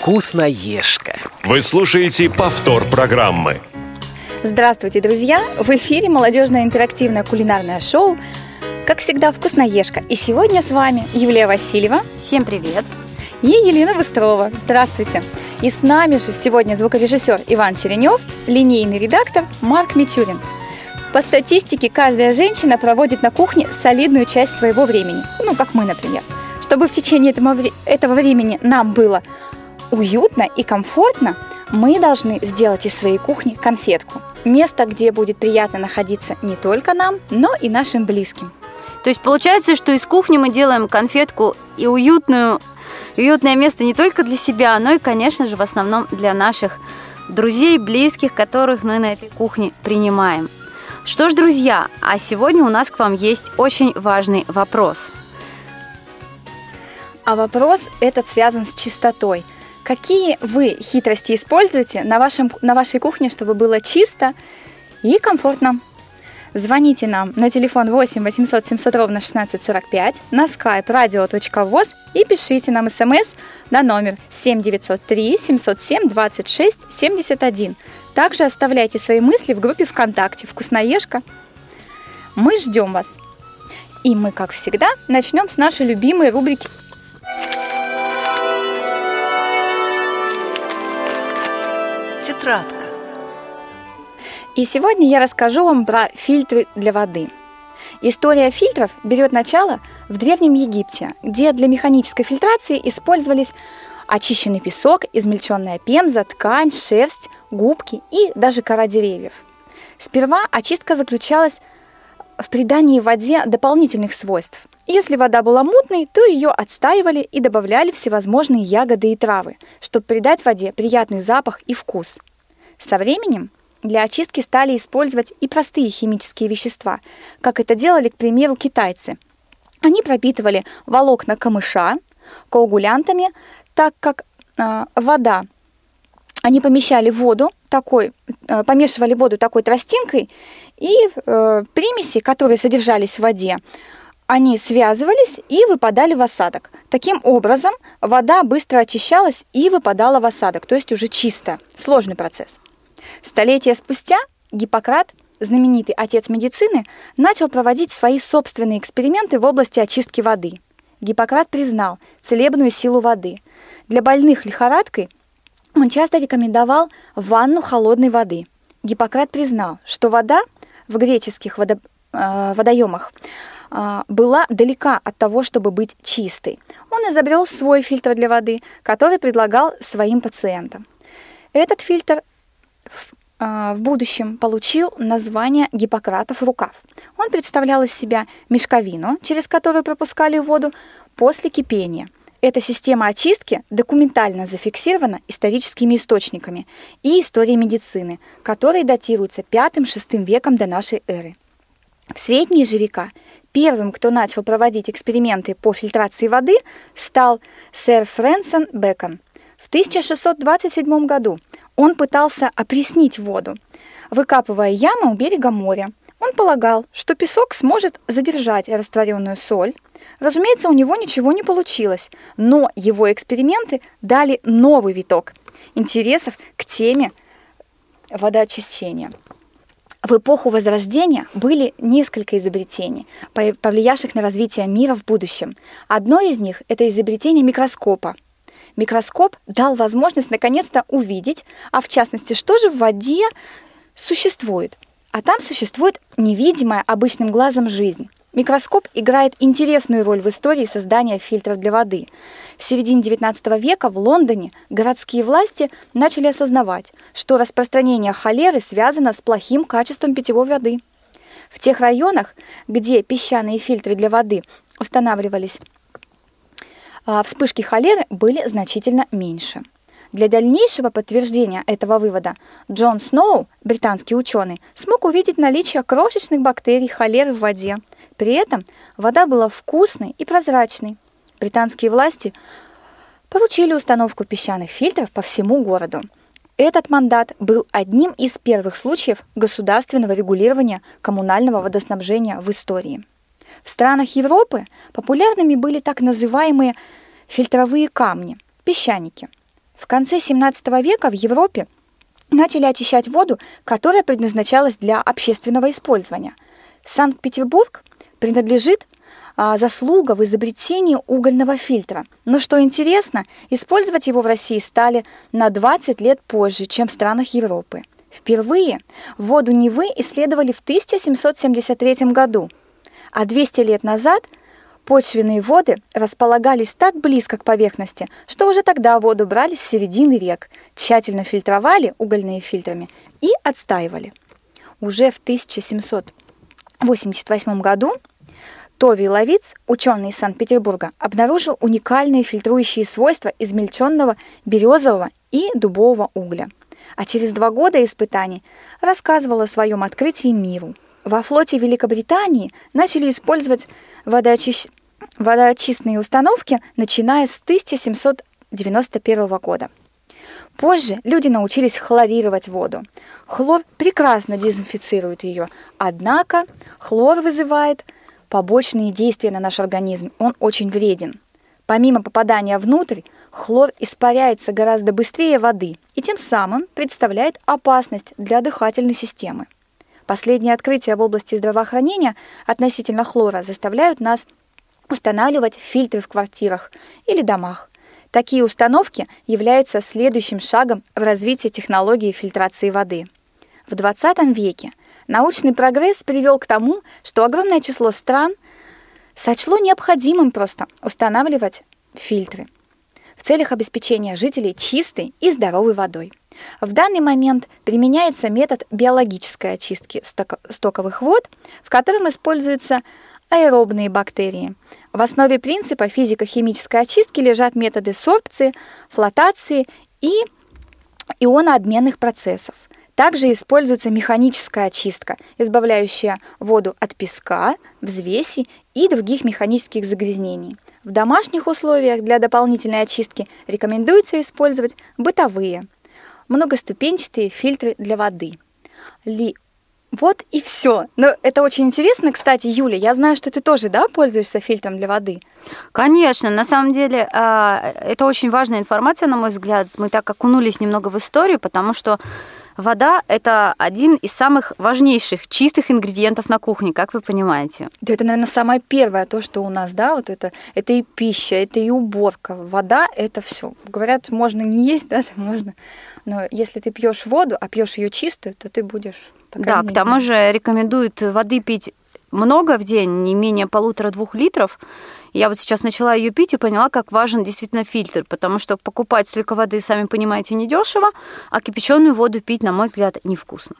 Вкусноежка. Вы слушаете повтор программы. Здравствуйте, друзья! В эфире молодежное интерактивное кулинарное шоу, как всегда, «Вкусноежка». И сегодня с вами Юлия Васильева. Всем привет! И Елена Быстрова. Здравствуйте! И с нами же сегодня звукорежиссер Иван Черенев, линейный редактор Марк Мичурин. По статистике, каждая женщина проводит на кухне солидную часть своего времени. Ну, как мы, например. Чтобы в течение этого времени нам было уютно и комфортно, мы должны сделать из своей кухни конфетку. Место, где будет приятно находиться не только нам, но и нашим близким. То есть получается, что из кухни мы делаем конфетку и уютное место не только для себя, но и, конечно же, в основном для наших друзей, близких, которых мы на этой кухне принимаем. Что ж, друзья, а сегодня у нас к вам есть очень важный вопрос. А вопрос этот связан с чистотой. Какие вы хитрости используете на вашей кухне, чтобы было чисто и комфортно? Звоните нам на телефон 8 800 700 ровно 1645, на skype radio.voz и пишите нам смс на номер 7903 707 26 71. Также оставляйте свои мысли в группе ВКонтакте «Вкусноежка». Мы ждем вас. И мы, как всегда, начнем с нашей любимой рубрики «Тетрадка». И сегодня я расскажу вам про фильтры для воды. История фильтров берет начало в Древнем Египте, где для механической фильтрации использовались очищенный песок, измельченная пемза, ткань, шерсть, губки и даже кора деревьев. Сперва очистка заключалась в придании воде дополнительных свойств. Если вода была мутной, то ее отстаивали и добавляли всевозможные ягоды и травы, чтобы придать воде приятный запах и вкус. Со временем для очистки стали использовать и простые химические вещества, как это делали, к примеру, китайцы. Они пропитывали волокна камыша коагулянтами, так как вода, они помещали воду помешивали воду такой тростинкой, и примеси, которые содержались в воде, они связывались и выпадали в осадок. Таким образом, вода быстро очищалась и выпадала в осадок, то есть уже чисто. Сложный процесс. Столетия спустя Гиппократ, знаменитый отец медицины, начал проводить свои собственные эксперименты в области очистки воды. Гиппократ признал целебную силу воды. Для больных лихорадкой он часто рекомендовал ванну холодной воды. Гиппократ признал, что вода в греческих водоемах была далека от того, чтобы быть чистой. Он изобрел свой фильтр для воды, который предлагал своим пациентам. Этот фильтр в будущем получил название «Гиппократов рукав». Он представлял из себя мешковину, через которую пропускали воду после кипения. Эта система очистки документально зафиксирована историческими источниками и историей медицины, которые датируются V-VI веком до нашей эры. В средние же века первым, кто начал проводить эксперименты по фильтрации воды, стал сэр Фрэнсис Бэкон. В 1627 году он пытался опреснить воду, выкапывая ямы у берега моря. Он полагал, что песок сможет задержать растворенную соль. Разумеется, у него ничего не получилось, но его эксперименты дали новый виток интересов к теме водоочищения. В эпоху Возрождения были несколько изобретений, повлиявших на развитие мира в будущем. Одно из них – это изобретение микроскопа. Микроскоп дал возможность наконец-то увидеть, а в частности, что же в воде существует. А там существует невидимая обычным глазом жизнь. Микроскоп играет интересную роль в истории создания фильтров для воды. В середине XIX века в Лондоне городские власти начали осознавать, что распространение холеры связано с плохим качеством питьевой воды. В тех районах, где песчаные фильтры для воды устанавливались, вспышки холеры были значительно меньше. Для дальнейшего подтверждения этого вывода Джон Сноу, британский ученый, смог увидеть наличие крошечных бактерий холеры в воде. При этом вода была вкусной и прозрачной. Британские власти поручили установку песчаных фильтров по всему городу. Этот мандат был одним из первых случаев государственного регулирования коммунального водоснабжения в истории. В странах Европы популярными были так называемые фильтровые камни – песчаники. В конце XVII века в Европе начали очищать воду, которая предназначалась для общественного использования. Санкт-Петербург принадлежит заслуга в изобретении угольного фильтра. Но что интересно, использовать его в России стали на 20 лет позже, чем в странах Европы. Впервые воду Невы исследовали в 1773 году, а 200 лет назад почвенные воды располагались так близко к поверхности, что уже тогда воду брали с середины рек, тщательно фильтровали угольными фильтрами и отстаивали. Уже в 1788 году Товий Ловиц, ученый из Санкт-Петербурга, обнаружил уникальные фильтрующие свойства измельченного березового и дубового угля. А через 2 года испытаний рассказывал о своем открытии миру. Во флоте Великобритании начали использовать водоочистные установки, начиная с 1791 года. Позже люди научились хлорировать воду. Хлор прекрасно дезинфицирует ее, однако хлор вызывает побочные действия на наш организм, он очень вреден. Помимо попадания внутрь, хлор испаряется гораздо быстрее воды и тем самым представляет опасность для дыхательной системы. Последние открытия в области здравоохранения относительно хлора заставляют нас устанавливать фильтры в квартирах или домах. Такие установки являются следующим шагом в развитии технологии фильтрации воды. В 20 веке научный прогресс привел к тому, что огромное число стран сочло необходимым просто устанавливать фильтры в целях обеспечения жителей чистой и здоровой водой. В данный момент применяется метод биологической очистки стоковых вод, в котором используются аэробные бактерии. В основе принципа физико-химической очистки лежат методы сорбции, флотации и ионообменных процессов. Также используется механическая очистка, избавляющая воду от песка, взвеси и других механических загрязнений. В домашних условиях для дополнительной очистки рекомендуется использовать бытовые, многоступенчатые фильтры для воды. Вот и все. Но это очень интересно, кстати, Юля, я знаю, что ты тоже, да, пользуешься фильтром для воды? Конечно, на самом деле это очень важная информация, на мой взгляд. Мы так окунулись немного в историю, потому что вода – это один из самых важнейших чистых ингредиентов на кухне, как вы понимаете. Да, это, наверное, самое первое, то, что у нас, да, вот это и пища, это и уборка. Вода – это все. Говорят, можно не есть, да, можно. Но если ты пьешь воду, а пьешь ее чистую, то ты будешь... Да, к тому же рекомендуют воды пить много в день, не менее 1,5-2 литров. Я вот сейчас начала ее пить и поняла, как важен действительно фильтр, потому что покупать столько воды, сами понимаете, недешево, а кипяченую воду пить, на мой взгляд, невкусно.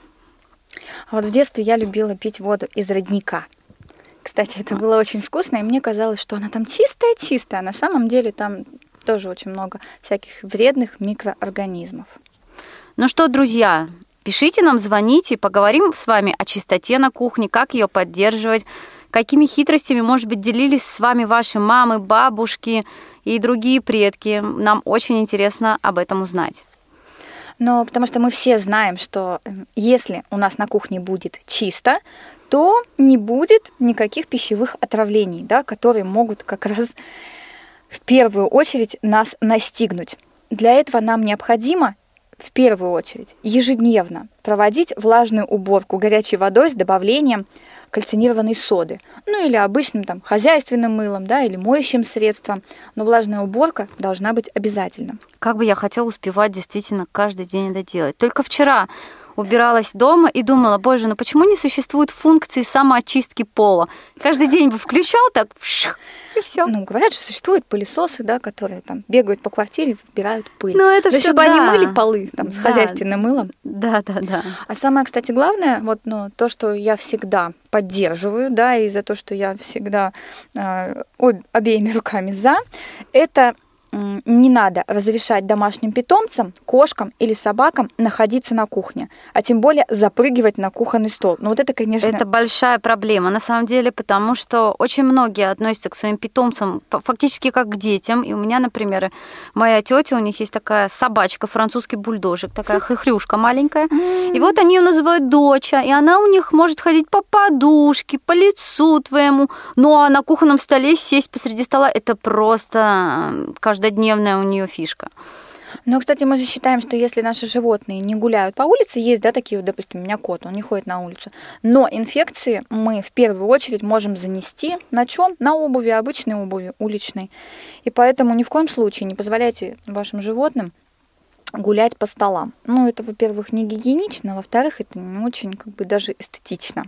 А вот в детстве я любила пить воду из родника. Кстати, это было очень вкусно, и мне казалось, что она там чистая-чистая, а на самом деле там тоже очень много всяких вредных микроорганизмов. Ну что, друзья, пишите нам, звоните, поговорим с вами о чистоте на кухне, как ее поддерживать, какими хитростями, может быть, делились с вами ваши мамы, бабушки и другие предки. Нам очень интересно об этом узнать. Но потому что мы все знаем, что если у нас на кухне будет чисто, то не будет никаких пищевых отравлений, да, которые могут как раз в первую очередь нас настигнуть. Для этого нам необходимо в первую очередь ежедневно проводить влажную уборку горячей водой с добавлением кальцинированной соды, ну или обычным там хозяйственным мылом, да, или моющим средством, но влажная уборка должна быть обязательно. Как бы я хотела успевать действительно каждый день это делать. Только вчера убиралась дома и думала, боже, ну почему не существует функции самоочистки пола? Каждый день бы включал так, и все. Ну, говорят, что существуют пылесосы, да, которые там бегают по квартире, убирают пыль. Ну, это все, чтобы они мыли полы там, с хозяйственным мылом. Да. А самое, кстати, главное, вот, то, что я всегда поддерживаю, да, и за то, что я всегда обеими руками за, это не надо разрешать домашним питомцам, кошкам или собакам находиться на кухне, а тем более запрыгивать на кухонный стол. Ну вот это, конечно... Это большая проблема, на самом деле, потому что очень многие относятся к своим питомцам фактически как к детям. И у меня, например, моя тетя, у них есть такая собачка, французский бульдожик, такая хрюшка маленькая. И вот они ее называют доча, и она у них может ходить по подушке, по лицу твоему. Ну а на кухонном столе сесть посреди стола, это просто каждодневная у нее фишка. Но, кстати, мы же считаем, что если наши животные не гуляют по улице, есть, да, такие, вот, допустим, у меня кот, он не ходит на улицу, но инфекции мы в первую очередь можем занести на чем? На обуви, обычной обуви, уличной. И поэтому ни в коем случае не позволяйте вашим животным гулять по столам. Ну, это, во-первых, не гигиенично, во-вторых, это не очень, как бы, даже эстетично.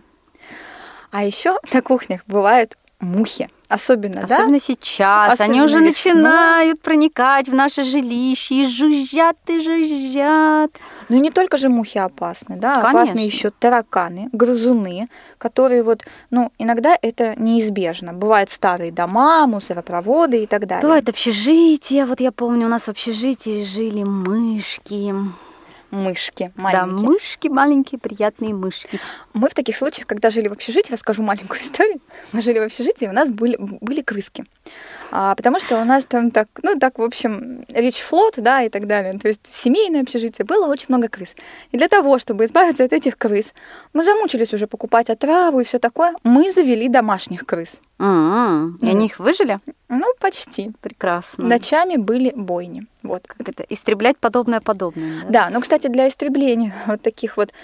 А еще на кухнях бывают мухи. Особенно сейчас. Особенно они уже весной. начинают проникать в наше жилище и жужжат, и жужжат. Ну и не только же мухи опасны, да, Конечно. опасны еще тараканы, грызуны, которые вот, ну, иногда это неизбежно. Бывают старые дома, мусоропроводы и так далее. Бывает общежитие. Вот я помню, у нас в общежитии жили мышки. Мышки Да, маленькие. мышки, маленькие, приятные мышки. Мы в таких случаях, когда жили в общежитии, расскажу маленькую историю. Мы жили в общежитии, у нас были крыски. Потому что у нас там так, в общем, речфлот, да, и так далее. То есть семейное общежитие, было очень много крыс. И для того, чтобы избавиться от этих крыс, мы замучились уже покупать отраву и все такое, мы завели домашних крыс. И они их выжили? Ну, почти. Прекрасно. Ночами были бойни. Вот. Как это? Истреблять подобное. Да, но, кстати, для истребления вот таких вот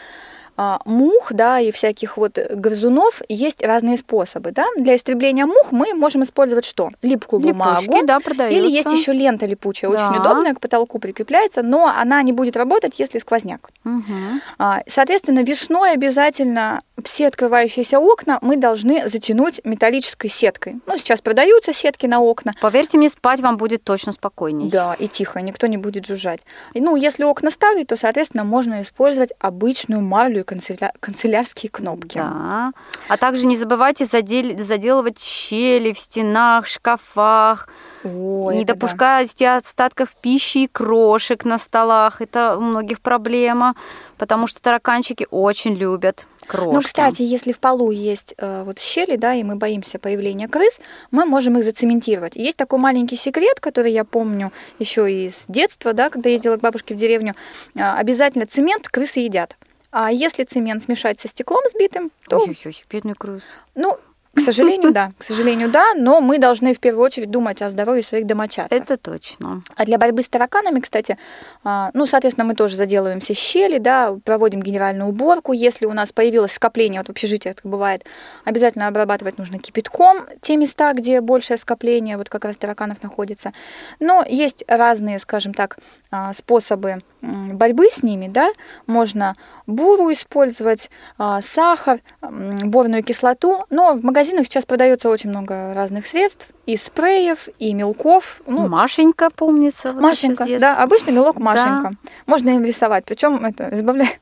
мух, да, и всяких вот грызунов есть разные способы, да. Для истребления мух мы можем использовать что? Липкую бумагу. Липучки, да, продаются. Или есть еще лента липучая, Да. очень удобная, к потолку прикрепляется, но она не будет работать, если сквозняк. Соответственно, весной обязательно все открывающиеся окна мы должны затянуть металлической сеткой. Ну, сейчас продаются сетки на окна. Поверьте мне, спать вам будет точно спокойней. Да, и тихо, никто не будет жужжать. И, ну, если окна старые, то, соответственно, можно использовать обычную марлю и канцелярские кнопки. Да. А также не забывайте заделывать щели в стенах, шкафах. Ой, Не это допускайте остатков пищи и крошек на столах. Это у многих проблема, потому что тараканчики очень любят крошки. Ну, кстати, если в полу есть вот щели, да, и мы боимся появления крыс, мы можем их зацементировать. Есть такой маленький секрет, который я помню еще из детства, да, когда ездила к бабушке в деревню. Обязательно цемент крысы едят. А если цемент смешать со стеклом сбитым, то... Ой-ой-ой, бедный крыс. Ну, к сожалению, да, но мы должны в первую очередь думать о здоровье своих домочадцев. Это точно. А для борьбы с тараканами, кстати, ну, соответственно, мы тоже заделываем все щели, да, проводим генеральную уборку. Если у нас появилось скопление, вот в общежитии это бывает, обязательно обрабатывать нужно кипятком те места, где большее скопление вот как раз тараканов находится. Но есть разные, скажем так, способы борьбы с ними, да, можно буру использовать, сахар, борную кислоту, но в магазинах сейчас продается очень много разных средств, и спреев, и мелков. Ну, Машенька, помнится. Вот Машенька, еще с детства. да, обычный мелок Машенька. Да. Можно им рисовать, причем это избавляет.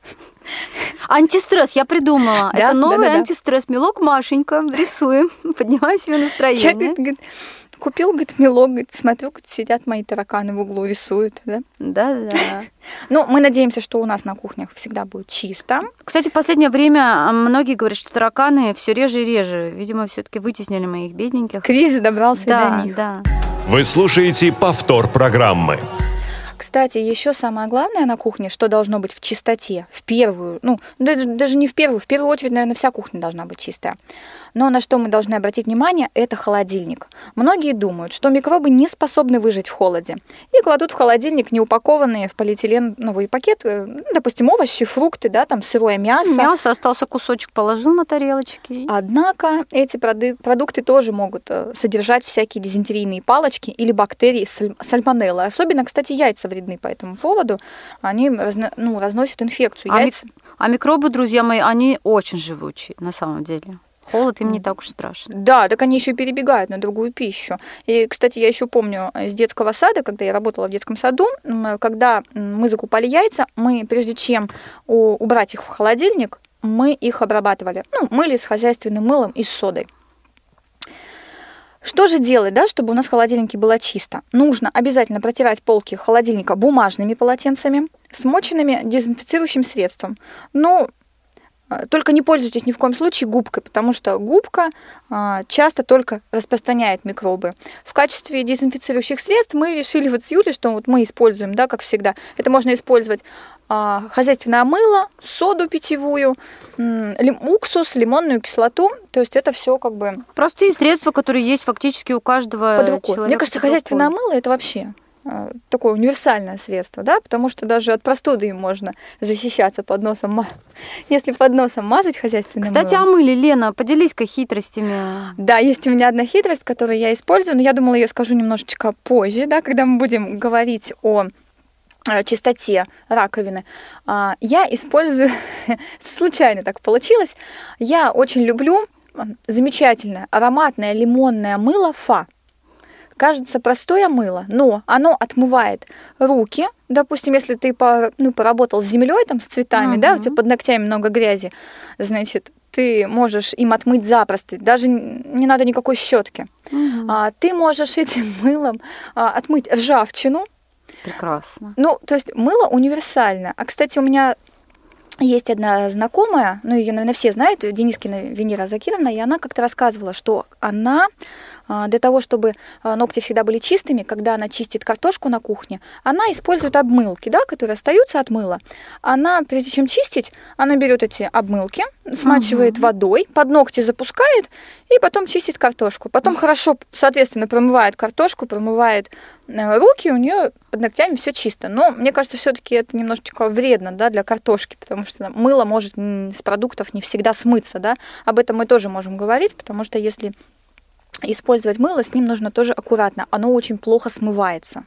Антистресс, я придумала. Да, Это новый да. антистресс. Мелок Машенька. Рисуем. Поднимаем себе Я, настроение. говорит, купил, говорит, мелок, говорит, смотрю, говорит, сидят мои тараканы в углу, рисуют, да. Да-да. Ну, мы надеемся, что у нас на кухнях всегда будет чисто. Кстати, в последнее время многие говорят, что тараканы все реже и реже. Видимо, все-таки вытеснили моих бедненьких. Кризис добрался Да, до них. да. Вы слушаете повтор программы. Кстати, еще самое главное на кухне, что должно быть в чистоте, в первую, ну, даже не в первую очередь, наверное, вся кухня должна быть чистая. Но на что мы должны обратить внимание, это холодильник. Многие думают, что микробы не способны выжить в холоде и кладут в холодильник неупакованные в полиэтиленовый пакет, допустим, овощи, фрукты, да, там сырое мясо. Мясо, остался кусочек, положил на тарелочки. Однако эти продукты тоже могут содержать всякие дизентерийные палочки или бактерии сальмонеллы. Особенно, кстати, яйца вредны по этому поводу. Они разносят инфекцию. А микробы, друзья мои, они очень живучие на самом деле. Холод им не так уж страшен. Да, так они еще и перебегают на другую пищу. И, кстати, я еще помню с детского сада, когда я работала в детском саду, когда мы закупали яйца, мы, прежде чем убрать их в холодильник, мы их обрабатывали. Ну, мыли с хозяйственным мылом и с содой. Что же делать, да, чтобы у нас в холодильнике было чисто? Нужно обязательно протирать полки холодильника бумажными полотенцами, смоченными дезинфицирующим средством. Ну, только не пользуйтесь ни в коем случае губкой, потому что губка часто только распространяет микробы. В качестве дезинфицирующих средств мы решили вот с Юлей, что вот мы используем, да, как всегда. Это можно использовать хозяйственное мыло, соду питьевую, уксус, лимонную кислоту. То есть это все как бы... Простые средства, которые есть фактически у каждого под рукой. человека. Мне кажется, хозяйственное мыло это вообще... такое универсальное средство, да, потому что даже от простуды им можно защищаться под носом, если под носом мазать хозяйственным Кстати, мылом. о мыле, Лена, поделись-ка хитростями. Да, есть у меня одна хитрость, которую я использую, но я думала, ее скажу немножечко позже, да, когда мы будем говорить о чистоте раковины. Я использую, случайно так получилось, я очень люблю замечательное ароматное лимонное мыло Фа. Кажется, простое мыло, но оно отмывает руки. Допустим, если ты поработал с землей, там, с цветами, да, у тебя под ногтями много грязи, значит, ты можешь им отмыть запросто, даже не надо никакой щетки. Ты можешь этим мылом отмыть ржавчину. Прекрасно. Ну, то есть мыло универсально. А, кстати, у меня есть одна знакомая, ну, ее, наверное, все знают, Денискина Венера Закировна, и она как-то рассказывала, что она для того, чтобы ногти всегда были чистыми, когда она чистит картошку на кухне, она использует обмылки, да, которые остаются от мыла. Она, прежде чем чистить, она берет эти обмылки, смачивает водой, под ногти запускает и потом чистит картошку. Потом хорошо, соответственно, промывает картошку, промывает руки, у нее под ногтями все чисто. Но мне кажется, все-таки это немножечко вредно, да, для картошки, потому что мыло может с продуктов не всегда смыться, да. Об этом мы тоже можем говорить, потому что если использовать мыло, с ним нужно тоже аккуратно. Оно очень плохо смывается.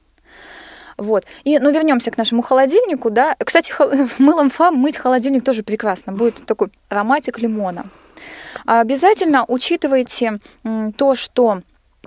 Вот. И, вернемся к нашему холодильнику, да. Кстати, мылом Фа мыть холодильник тоже прекрасно. Будет такой ароматик лимона. Обязательно учитывайте то, что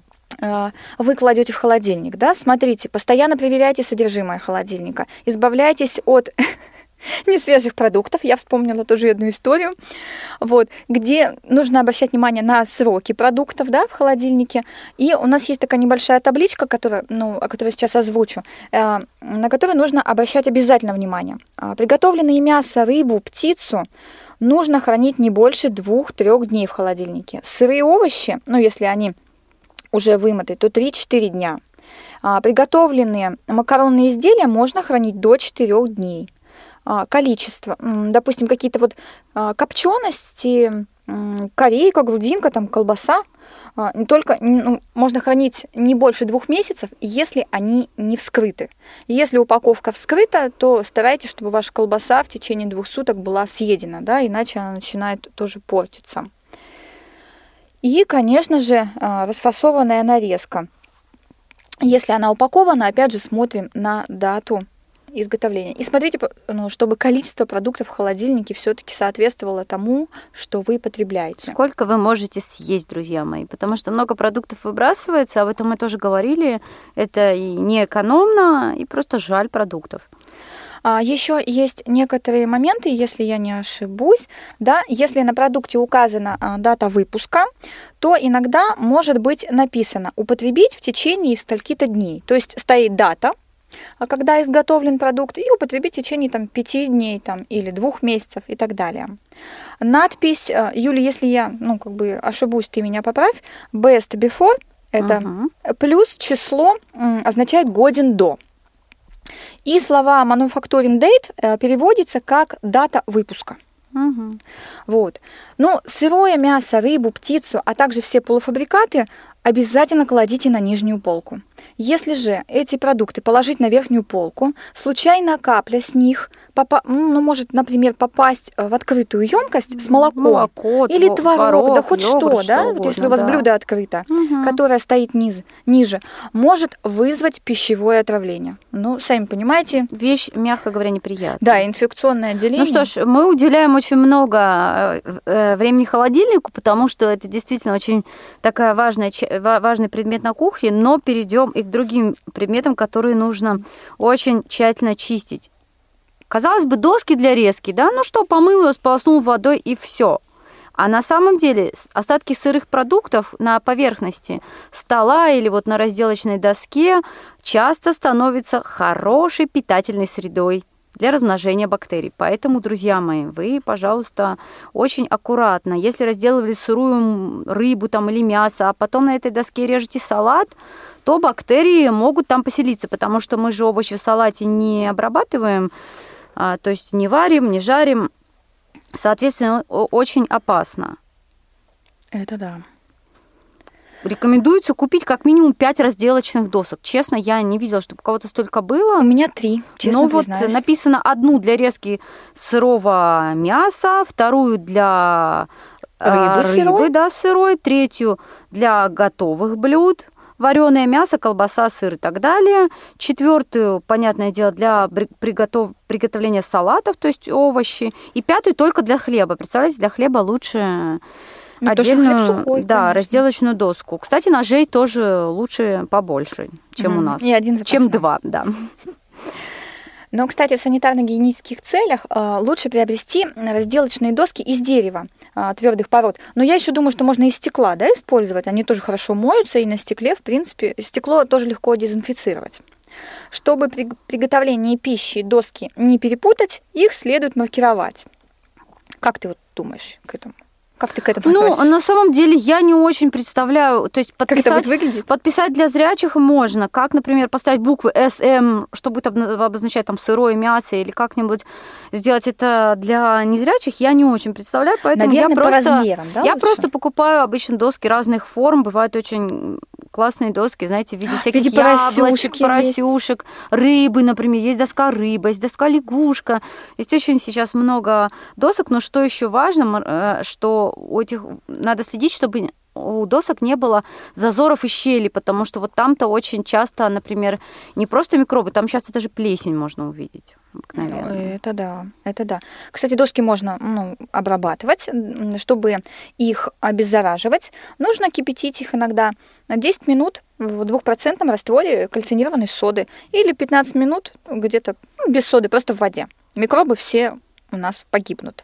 вы кладете в холодильник, да. Смотрите, постоянно проверяйте содержимое холодильника. Избавляйтесь от несвежих продуктов. Я вспомнила тоже одну историю, вот, где нужно обращать внимание на сроки продуктов, да, в холодильнике. И у нас есть такая небольшая табличка, о которой сейчас озвучу, на которой нужно обращать обязательно внимание. Приготовленное мясо, рыбу, птицу нужно хранить не больше 2-3 дней в холодильнике. Сырые овощи, если они уже вымыты, то 3-4 дня. Приготовленные макаронные изделия можно хранить до 4 дней. Количество, допустим, какие-то копчености, корейка, грудинка, там, колбаса, можно хранить не больше 2 месяцев, если они не вскрыты. Если упаковка вскрыта, то старайтесь, чтобы ваша колбаса в течение 2 суток была съедена, да, иначе она начинает тоже портиться. И, конечно же, расфасованная нарезка. Если она упакована, опять же, смотрим на дату изготовления. И смотрите, чтобы количество продуктов в холодильнике все-таки соответствовало тому, что вы потребляете. Сколько вы можете съесть, друзья мои, потому что много продуктов выбрасывается, об этом мы тоже говорили. Это и не экономно, и просто жаль продуктов. Еще есть некоторые моменты, если я не ошибусь, да, если на продукте указана дата выпуска, то иногда может быть написано «употребить в течение стольки-то дней». То есть стоит дата, когда изготовлен продукт, и употребить в течение 5 дней или 2 месяцев и так далее. Надпись, Юля, если я ошибусь, ты меня поправь, best before, это плюс число означает годен до. И слова manufacturing date переводится как дата выпуска. Вот. Но сырое мясо, рыбу, птицу, а также все полуфабрикаты обязательно кладите на нижнюю полку. Если же эти продукты положить на верхнюю полку, случайно капля с них может, например, попасть в открытую емкость с молоком или творог, да хоть что, да, угодно, если у вас блюдо открыто, которое стоит ниже, может вызвать пищевое отравление. Сами понимаете. Вещь, мягко говоря, неприятная. Да, инфекционное отделение. Ну что ж, мы уделяем очень много времени холодильнику, потому что это действительно очень такая важный предмет на кухне, но перейдем и к другим предметам, которые нужно очень тщательно чистить. Казалось бы, доски для резки, да, помыл ее, сполоснул водой и все. А на самом деле остатки сырых продуктов на поверхности стола или на разделочной доске часто становятся хорошей питательной средой для размножения бактерий. Поэтому, друзья мои, вы, пожалуйста, очень аккуратно. Если разделывали сырую рыбу или мясо, а потом на этой доске режете салат, то бактерии могут там поселиться, потому что мы же овощи в салате не обрабатываем, то есть не варим, не жарим. Соответственно, очень опасно. Это да. рекомендуется купить как минимум 5 разделочных досок. Честно, я не видела, чтобы у кого-то столько было. У меня 3, честно признаюсь. Вот написано одну для резки сырого мяса, вторую для рыбы, сырой, третью для готовых блюд, вареное мясо, колбаса, сыр и так далее. 4-ю, понятное дело, для приготовления салатов, то есть овощи. И 5-ю только для хлеба. Представляете, для хлеба лучше отдельную, сухой, разделочную доску. Кстати, ножей тоже лучше побольше, чем у нас. И один чем 2, да. Но, кстати, в санитарно-гигиенических целях лучше приобрести разделочные доски из дерева, твердых пород. Но я еще думаю, что можно из стекла, использовать. Они тоже хорошо моются, и на стекле, в принципе, стекло тоже легко дезинфицировать. Чтобы при приготовлении пищи доски не перепутать, их следует маркировать. Как ты думаешь к этому? Как ты к этому относишься? На самом деле я не очень представляю, то есть подписать для зрячих можно, как, например, поставить буквы СМ, что будет обозначать там сырое мясо, или как-нибудь сделать это для незрячих, я не очень представляю, поэтому наверное, по размерам, я просто покупаю обычно доски разных форм, бывают очень классные доски, знаете, в виде всяких яблочек, поросюшек, рыбы, например, есть доска рыба, есть доска лягушка, есть очень сейчас много досок, но что еще важно, что у этих надо следить, чтобы у досок не было зазоров и щелей, потому что вот там-то очень часто, например, не просто микробы, там часто даже плесень можно увидеть обыкновенно. Это да. Кстати, доски можно обрабатывать, чтобы их обеззараживать. Нужно кипятить их иногда на 10 минут в 2% растворе кальцинированной соды или 15 минут где-то без соды, просто в воде. Микробы все у нас погибнут.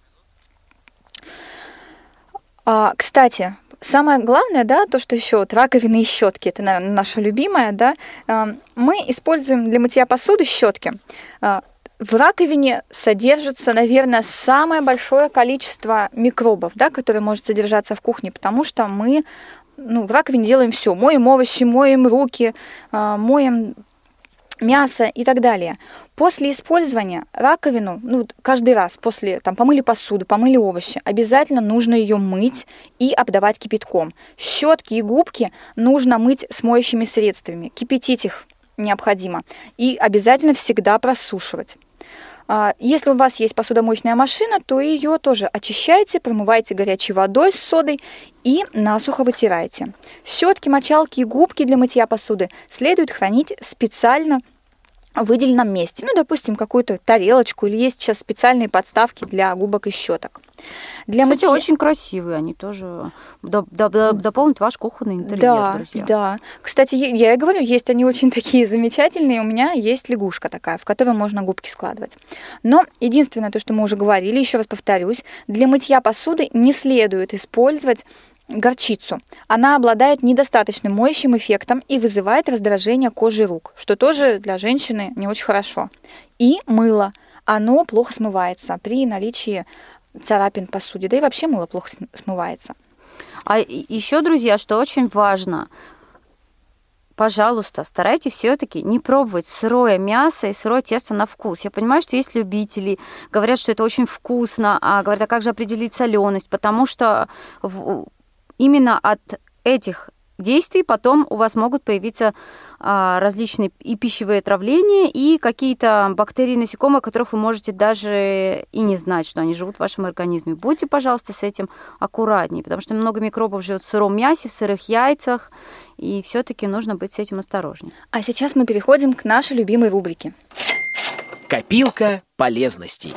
Кстати, самое главное, то, что еще раковины и щетки, это, наверное, наша любимая, мы используем для мытья посуды щетки. В раковине содержится, наверное, самое большое количество микробов, которые может содержаться в кухне, потому что мы в раковине делаем все, моем овощи, моем руки, моем мясо и так далее. После использования раковину, каждый раз после, помыли посуду, помыли овощи, обязательно нужно ее мыть и обдавать кипятком. Щетки и губки нужно мыть с моющими средствами, кипятить их необходимо и обязательно всегда просушивать. Если у вас есть посудомоечная машина, то ее тоже очищайте, промывайте горячей водой с содой и насухо вытирайте. Щетки, мочалки и губки для мытья посуды следует хранить в специально выделенном месте. Допустим, какую-то тарелочку, или есть сейчас специальные подставки для губок и щеток. Кстати, очень красивые, они тоже дополнят ваш кухонный интерьер, друзья. Да. Кстати, я и говорю, есть они очень такие замечательные. У меня есть лягушка такая, в которой можно губки складывать. Но единственное, то, что мы уже говорили, еще раз повторюсь, для мытья посуды не следует использовать горчицу. Она обладает недостаточным моющим эффектом и вызывает раздражение кожи рук, что тоже для женщины не очень хорошо. И мыло. Оно плохо смывается при наличии царапин в посуде. Да и вообще мыло плохо смывается. А еще, друзья, что очень важно, пожалуйста, старайтесь все-таки не пробовать сырое мясо и сырое тесто на вкус. Я понимаю, что есть любители, говорят, что это очень вкусно, а говорят, а как же определить соленость, потому что именно от этих действий потом у вас могут появиться различные и пищевые отравления, и какие-то бактерии, насекомые, которых вы можете даже и не знать, что они живут в вашем организме. Будьте, пожалуйста, с этим аккуратнее, потому что много микробов живет в сыром мясе, в сырых яйцах, и все-таки нужно быть с этим осторожнее. А сейчас мы переходим к нашей любимой рубрике. Копилка полезностей.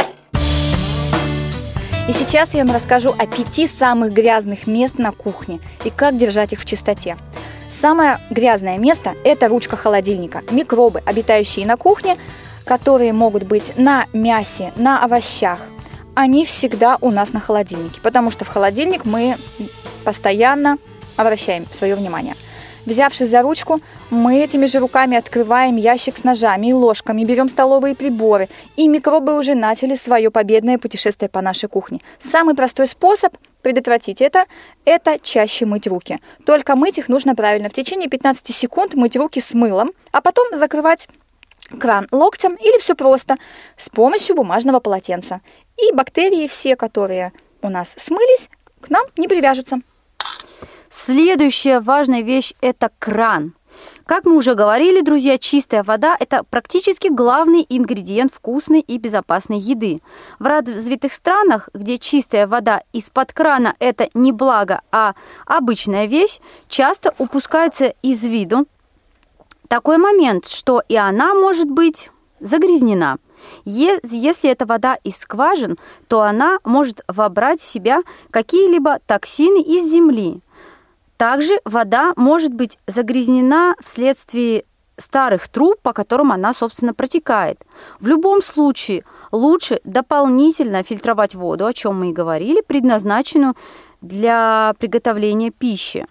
И сейчас я вам расскажу о 5 самых грязных мест на кухне и как держать их в чистоте. Самое грязное место – это ручка холодильника. Микробы, обитающие на кухне, которые могут быть на мясе, на овощах, они всегда у нас на холодильнике, потому что в холодильник мы постоянно обращаем свое внимание. Взявшись за ручку, мы этими же руками открываем ящик с ножами и ложками, берем столовые приборы, и микробы уже начали свое победное путешествие по нашей кухне. Самый простой способ предотвратить это чаще мыть руки. Только мыть их нужно правильно. В течение 15 секунд мыть руки с мылом, а потом закрывать кран локтем или все просто с помощью бумажного полотенца. И бактерии все, которые у нас смылись, к нам не привяжутся. Следующая важная вещь – это кран. Как мы уже говорили, друзья, чистая вода – это практически главный ингредиент вкусной и безопасной еды. В развитых странах, где чистая вода из-под крана – это не благо, а обычная вещь, часто упускается из виду такой момент, что и она может быть загрязнена. Если это вода из скважин, то она может вобрать в себя какие-либо токсины из земли. Также вода может быть загрязнена вследствие старых труб, по которым она, собственно, протекает. В любом случае лучше дополнительно фильтровать воду, о чем мы и говорили, предназначенную для приготовления пищи.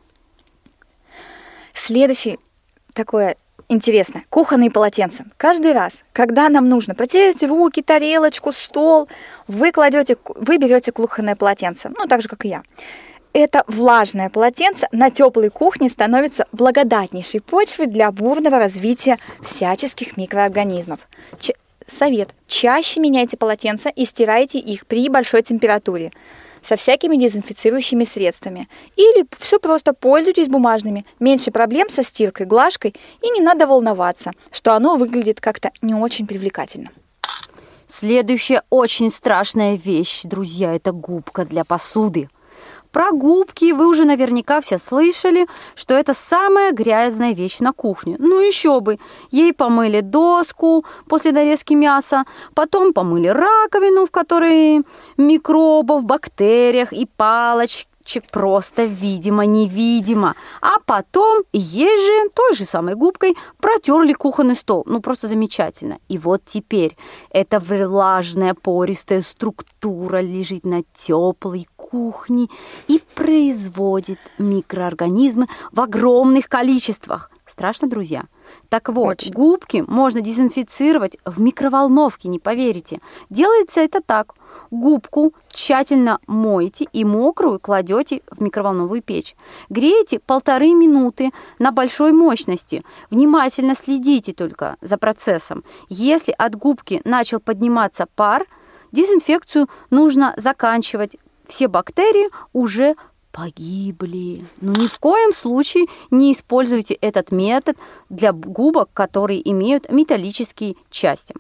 Следующий такое интересное. Кухонные полотенца. Каждый раз, когда нам нужно протереть руки, тарелочку, стол, вы берете кухонное полотенце, так же, как и я. Это влажное полотенце на теплой кухне становится благодатнейшей почвой для бурного развития всяческих микроорганизмов. Совет. Чаще меняйте полотенца и стирайте их при большой температуре со всякими дезинфицирующими средствами. Или все просто пользуйтесь бумажными. Меньше проблем со стиркой, глажкой, и не надо волноваться, что оно выглядит как-то не очень привлекательно. Следующая очень страшная вещь, друзья, это губка для посуды. Про губки вы уже наверняка все слышали, что это самая грязная вещь на кухне. Ну еще бы, ей помыли доску после нарезки мяса, потом помыли раковину, в которой микробов, бактериях и палочек просто видимо-невидимо. А потом ей же той же самой губкой протерли кухонный стол. Просто замечательно. И вот теперь эта влажная пористая структура лежит на теплой кухне и производит микроорганизмы в огромных количествах. Страшно, друзья? Так вот, очень. Губки можно дезинфицировать в микроволновке, не поверите. Делается это так. Губку тщательно моете и мокрую кладете в микроволновую печь. Греете 1,5 минуты на большой мощности. Внимательно следите только за процессом. Если от губки начал подниматься пар, дезинфекцию нужно заканчивать. Все бактерии уже погибли. Но ни в коем случае не используйте этот метод для губок, которые имеют металлические части.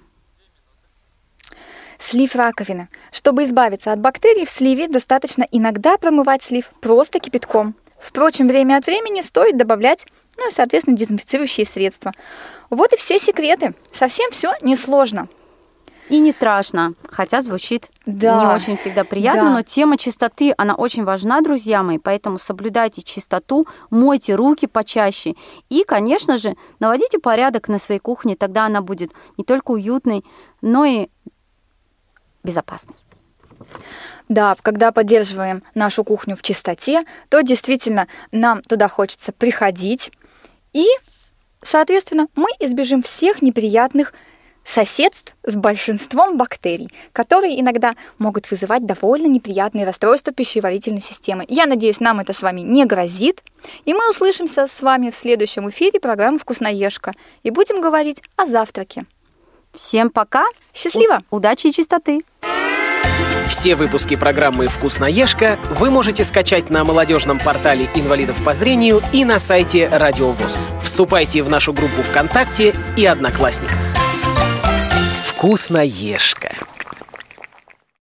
Слив раковины. Чтобы избавиться от бактерий в сливе, достаточно иногда промывать слив просто кипятком. Впрочем, время от времени стоит добавлять, и, соответственно, дезинфицирующие средства. Вот и все секреты. Совсем все несложно. И не страшно, хотя звучит не очень всегда приятно, но тема чистоты, она очень важна, друзья мои, поэтому соблюдайте чистоту, мойте руки почаще и, конечно же, наводите порядок на своей кухне, тогда она будет не только уютной, но и безопасной. Да, когда поддерживаем нашу кухню в чистоте, то действительно нам туда хочется приходить, и, соответственно, мы избежим всех неприятных соседств с большинством бактерий, которые иногда могут вызывать довольно неприятные расстройства пищеварительной системы. Я надеюсь, нам это с вами не грозит, и мы услышимся с вами в следующем эфире программы «Вкусноежка» и будем говорить о завтраке. Всем пока! Счастливо! Удачи и чистоты! Все выпуски программы «Вкусноежка» вы можете скачать на молодежном портале инвалидов по зрению и на сайте Радио ВОС. Вступайте в нашу группу ВКонтакте и Одноклассниках. «Вкусноежка».